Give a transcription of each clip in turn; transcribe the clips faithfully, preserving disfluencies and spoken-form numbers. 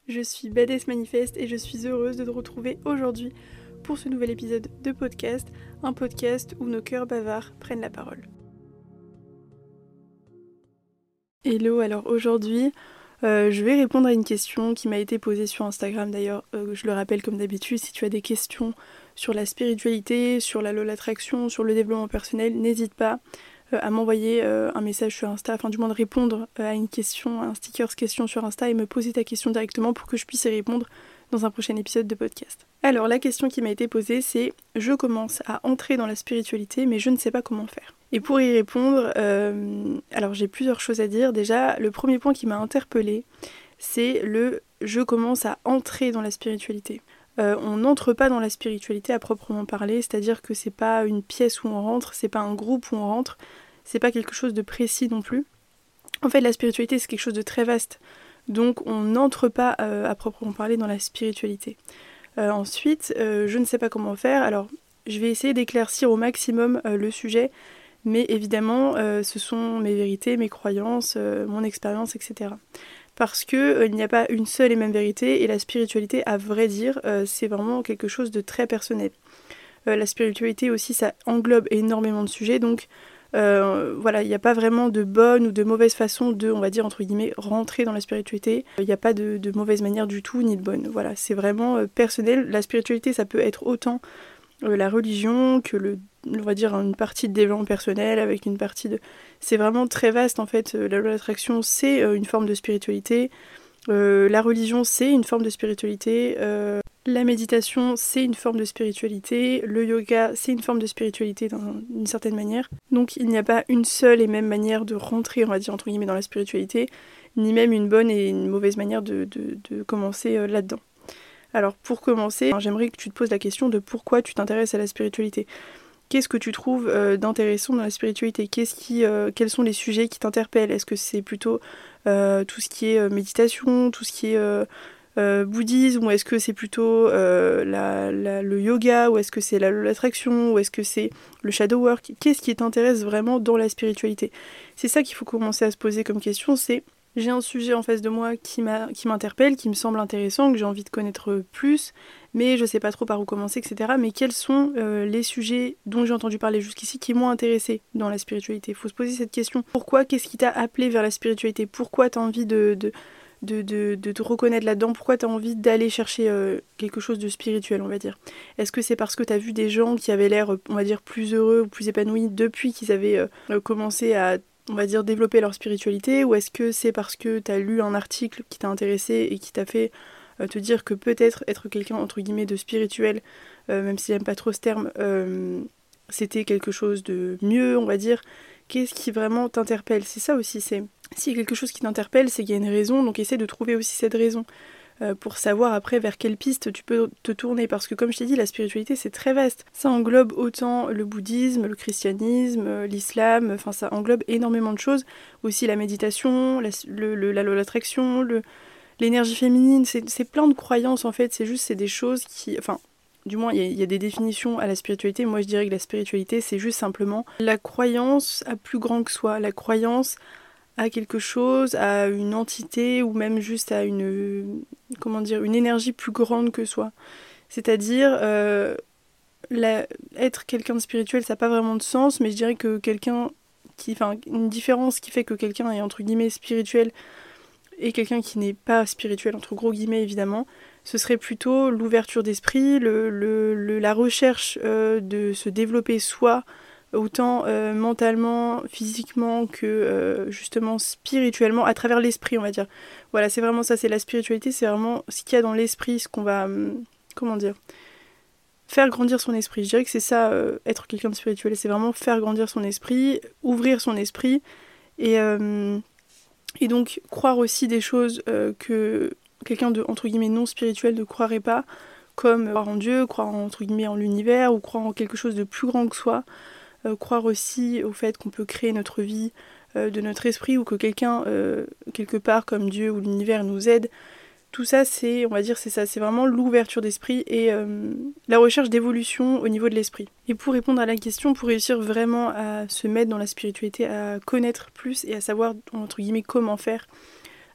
Je suis Badass Manifest et je suis heureuse de te retrouver aujourd'hui pour ce nouvel épisode de podcast, un podcast où nos cœurs bavards prennent la parole. Hello, alors aujourd'hui, euh, je vais répondre à une question qui m'a été posée sur Instagram d'ailleurs, euh, je le rappelle comme d'habitude, si tu as des questions sur la spiritualité, sur la loi d'attraction, sur le développement personnel, n'hésite pas euh, à m'envoyer euh, un message sur Insta, enfin du moins de répondre euh, à une question, à un sticker question sur Insta et me poser ta question directement pour que je puisse y répondre dans un prochain épisode de podcast. Alors la question qui m'a été posée c'est « Je commence à entrer dans la spiritualité mais je ne sais pas comment faire ». Et pour y répondre, euh, alors j'ai plusieurs choses à dire. Déjà, le premier point qui m'a interpellée, c'est le « je commence à entrer dans la spiritualité ». Euh, on n'entre pas dans la spiritualité à proprement parler, c'est-à-dire que c'est pas une pièce où on rentre, c'est pas un groupe où on rentre, c'est pas quelque chose de précis non plus. En fait, la spiritualité, c'est quelque chose de très vaste. Donc on n'entre pas euh, à proprement parler dans la spiritualité. Euh, ensuite, euh, je ne sais pas comment faire. Alors, je vais essayer d'éclaircir au maximum euh, le sujet, mais évidemment, euh, ce sont mes vérités, mes croyances, euh, mon expérience, et cetera. Parce que euh, il n'y a pas une seule et même vérité, et la spiritualité, à vrai dire, euh, c'est vraiment quelque chose de très personnel. Euh, la spiritualité aussi, ça englobe énormément de sujets, donc Euh, voilà, il n'y a pas vraiment de bonne ou de mauvaise façon de, on va dire, entre guillemets, rentrer dans la spiritualité. Il n'y a pas de, de mauvaise manière du tout, ni de bonne. Voilà, c'est vraiment euh, personnel. La spiritualité, ça peut être autant euh, la religion que, le, on va dire, une partie de développement personnel avec une partie de... C'est vraiment très vaste, en fait. La loi d'attraction, c'est euh, une forme de spiritualité. Euh, la religion, c'est une forme de spiritualité. Euh, la méditation, c'est une forme de spiritualité. Le yoga, c'est une forme de spiritualité d'une certaine manière. Donc il n'y a pas une seule et même manière de rentrer, on va dire, entre guillemets, dans la spiritualité, ni même une bonne et une mauvaise manière de, de, de commencer euh, là-dedans. Alors pour commencer, j'aimerais que tu te poses la question de pourquoi tu t'intéresses à la spiritualité. Qu'est-ce que tu trouves euh, d'intéressant dans la spiritualité ? Qu'est-ce qui, euh, quels sont les sujets qui t'interpellent ? Est-ce que c'est plutôt euh, tout ce qui est euh, méditation, tout ce qui est euh, euh, bouddhisme, ou est-ce que c'est plutôt euh, la, la, le yoga, ou est-ce que c'est la, l'attraction, ou est-ce que c'est le shadow work ? Qu'est-ce qui t'intéresse vraiment dans la spiritualité ? C'est ça qu'il faut commencer à se poser comme question, c'est j'ai un sujet en face de moi qui, m'a, qui m'interpelle, qui me semble intéressant, que j'ai envie de connaître plus, mais je sais pas trop par où commencer, et cetera. Mais quels sont euh, les sujets dont j'ai entendu parler jusqu'ici qui m'ont intéressé dans la spiritualité ? Il faut se poser cette question. Pourquoi ? Qu'est-ce qui t'a appelé vers la spiritualité ? Pourquoi t'as envie de, de, de, de, de te reconnaître là-dedans ? Pourquoi t'as envie d'aller chercher euh, quelque chose de spirituel, on va dire ? Est-ce que c'est parce que t'as vu des gens qui avaient l'air, on va dire, plus heureux ou plus épanouis depuis qu'ils avaient euh, commencé à, on va dire, développer leur spiritualité ? Ou est-ce que c'est parce que t'as lu un article qui t'a intéressé et qui t'a fait euh, te dire que peut-être être quelqu'un, entre guillemets, de spirituel, euh, même si j'aime pas trop ce terme, euh, c'était quelque chose de mieux, on va dire. Qu'est-ce qui vraiment t'interpelle ? C'est ça aussi, c'est... S'il y a quelque chose qui t'interpelle, c'est qu'il y a une raison, donc essaie de trouver aussi cette raison. Euh, pour savoir après vers quelle piste tu peux te tourner, parce que comme je t'ai dit, la spiritualité c'est très vaste. Ça englobe autant le bouddhisme, le christianisme, l'islam, enfin ça englobe énormément de choses. Aussi la méditation, la, le, le, la loi d'attraction, le, l'énergie féminine, c'est, c'est plein de croyances en fait, c'est juste c'est des choses qui... Enfin, du moins il y, y a des définitions à la spiritualité, moi je dirais que la spiritualité c'est juste simplement la croyance à plus grand que soi, la croyance à quelque chose, à une entité ou même juste à une, comment dire, une énergie plus grande que soi. C'est-à-dire, euh, la, être quelqu'un de spirituel, ça n'a pas vraiment de sens, mais je dirais que quelqu'un qui, enfin, une différence qui fait que quelqu'un est entre guillemets spirituel et quelqu'un qui n'est pas spirituel, entre gros guillemets évidemment, ce serait plutôt l'ouverture d'esprit, le, le, le, la recherche euh, de se développer soi, autant euh, mentalement, physiquement que euh, justement spirituellement, à travers l'esprit, on va dire. Voilà, c'est vraiment ça, c'est la spiritualité, c'est vraiment ce qu'il y a dans l'esprit, ce qu'on va, hum, comment dire, faire grandir son esprit. Je dirais que c'est ça, euh, être quelqu'un de spirituel, c'est vraiment faire grandir son esprit, ouvrir son esprit, et, euh, et donc croire aussi des choses euh, que quelqu'un de, entre guillemets, non spirituel ne croirait pas, comme croire en Dieu, croire en, entre guillemets en l'univers, ou croire en quelque chose de plus grand que soi. Euh, croire aussi au fait qu'on peut créer notre vie euh, de notre esprit, ou que quelqu'un, euh, quelque part comme Dieu ou l'univers nous aide. Tout ça, c'est, on va dire, c'est ça, c'est vraiment l'ouverture d'esprit et euh, la recherche d'évolution au niveau de l'esprit. Et pour répondre à la question, pour réussir vraiment à se mettre dans la spiritualité, à connaître plus et à savoir, entre guillemets, comment faire,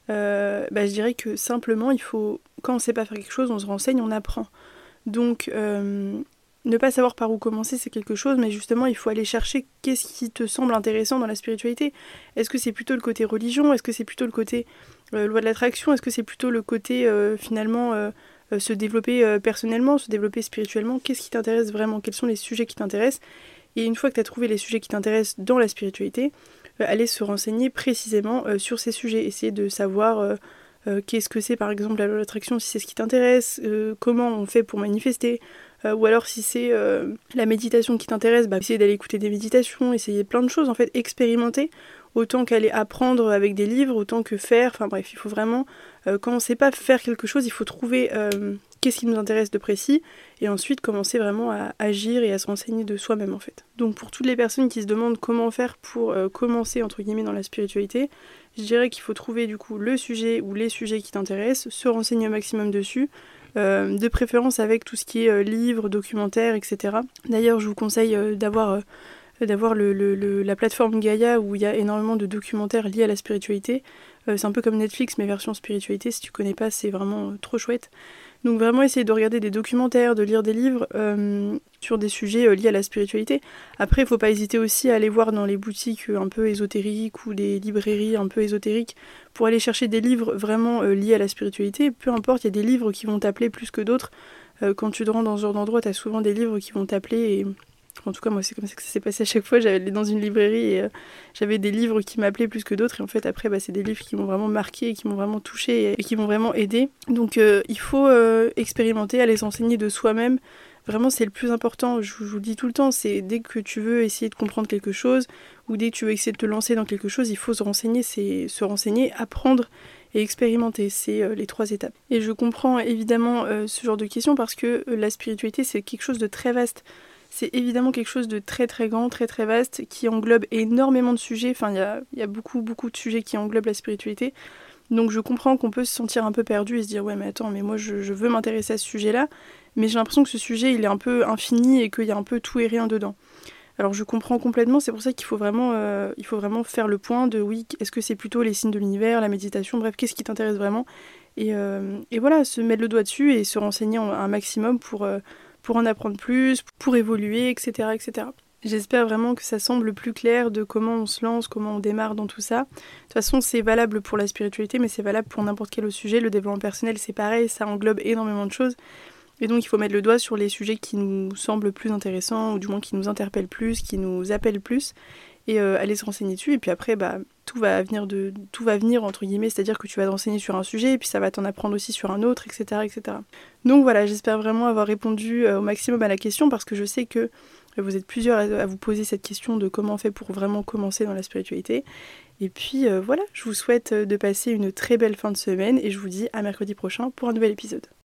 euh, bah, je dirais que simplement, il faut, quand on ne sait pas faire quelque chose, on se renseigne, on apprend. Donc, euh, ne pas savoir par où commencer, c'est quelque chose, mais justement, il faut aller chercher qu'est-ce qui te semble intéressant dans la spiritualité. Est-ce que c'est plutôt le côté religion? Est-ce que c'est plutôt le côté euh, loi de l'attraction? Est-ce que c'est plutôt le côté, euh, finalement, euh, euh, se développer euh, personnellement, se développer spirituellement? Qu'est-ce qui t'intéresse vraiment? Quels sont les sujets qui t'intéressent? Et une fois que tu as trouvé les sujets qui t'intéressent dans la spiritualité, euh, aller se renseigner précisément euh, sur ces sujets, essayer de savoir euh, euh, qu'est-ce que c'est par exemple la loi de l'attraction, si c'est ce qui t'intéresse, euh, comment on fait pour manifester, euh, ou alors si c'est euh, la méditation qui t'intéresse, bah, essayer d'aller écouter des méditations, essayer plein de choses, en fait, expérimenter, autant qu'aller apprendre avec des livres, autant que faire, enfin bref, il faut vraiment, euh, quand on ne sait pas faire quelque chose, il faut trouver euh, qu'est-ce qui nous intéresse de précis, et ensuite commencer vraiment à agir et à se renseigner de soi-même en fait. Donc pour toutes les personnes qui se demandent comment faire pour euh, commencer entre guillemets dans la spiritualité, je dirais qu'il faut trouver du coup le sujet ou les sujets qui t'intéressent, se renseigner au maximum dessus, euh, de préférence avec tout ce qui est euh, livres, documentaires, et cetera. D'ailleurs je vous conseille euh, d'avoir... Euh, d'avoir le, le, le, la plateforme Gaïa où il y a énormément de documentaires liés à la spiritualité. Euh, c'est un peu comme Netflix mais version spiritualité, si tu connais pas c'est vraiment euh, trop chouette. Donc vraiment essayer de regarder des documentaires, de lire des livres euh, sur des sujets euh, liés à la spiritualité. Après il faut pas hésiter aussi à aller voir dans les boutiques euh, un peu ésotériques ou des librairies un peu ésotériques pour aller chercher des livres vraiment euh, liés à la spiritualité. Peu importe, il y a des livres qui vont t'appeler plus que d'autres. Euh, quand tu te rends dans ce genre d'endroit, t'as souvent des livres qui vont t'appeler et... En tout cas, moi, c'est comme ça que ça s'est passé à chaque fois. J'allais dans une librairie et euh, j'avais des livres qui m'appelaient plus que d'autres. Et en fait, après, bah, c'est des livres qui m'ont vraiment marqué, qui m'ont vraiment touché et qui m'ont vraiment aidé. Donc, euh, il faut euh, expérimenter, aller s'enseigner de soi-même. Vraiment, c'est le plus important. Je, je vous le dis tout le temps. C'est dès que tu veux essayer de comprendre quelque chose ou dès que tu veux essayer de te lancer dans quelque chose, il faut se renseigner. C'est se renseigner, apprendre et expérimenter. C'est euh, les trois étapes. Et je comprends évidemment euh, ce genre de questions parce que euh, la spiritualité, c'est quelque chose de très vaste. C'est évidemment quelque chose de très très grand, très très vaste, qui englobe énormément de sujets. Enfin, il y a, y a beaucoup beaucoup de sujets qui englobent la spiritualité. Donc je comprends qu'on peut se sentir un peu perdu et se dire « Ouais, mais attends, mais moi je, je veux m'intéresser à ce sujet-là. » Mais j'ai l'impression que ce sujet, il est un peu infini et qu'il y a un peu tout et rien dedans. Alors je comprends complètement, c'est pour ça qu'il faut vraiment, euh, il faut vraiment faire le point de « Oui, est-ce que c'est plutôt les signes de l'univers, la méditation, bref, qu'est-ce qui t'intéresse vraiment ?» et, euh, et voilà, se mettre le doigt dessus et se renseigner un maximum pour... Euh, pour en apprendre plus, pour évoluer, et cetera, et cetera. J'espère vraiment que ça semble plus clair de comment on se lance, comment on démarre dans tout ça. De toute façon, c'est valable pour la spiritualité, mais c'est valable pour n'importe quel autre sujet. Le développement personnel, c'est pareil, ça englobe énormément de choses. Et donc, il faut mettre le doigt sur les sujets qui nous semblent plus intéressants, ou du moins qui nous interpellent plus, qui nous appellent plus, et euh, aller se renseigner dessus. Et puis après, bah, tout va venir, de, tout va venir entre guillemets, c'est-à-dire que tu vas te renseigner sur un sujet, et puis ça va t'en apprendre aussi sur un autre, et cetera, et cetera. Donc voilà, j'espère vraiment avoir répondu euh, au maximum à la question, parce que je sais que vous êtes plusieurs à, à vous poser cette question de comment on fait pour vraiment commencer dans la spiritualité. Et puis euh, voilà, je vous souhaite de passer une très belle fin de semaine, et je vous dis à mercredi prochain pour un nouvel épisode.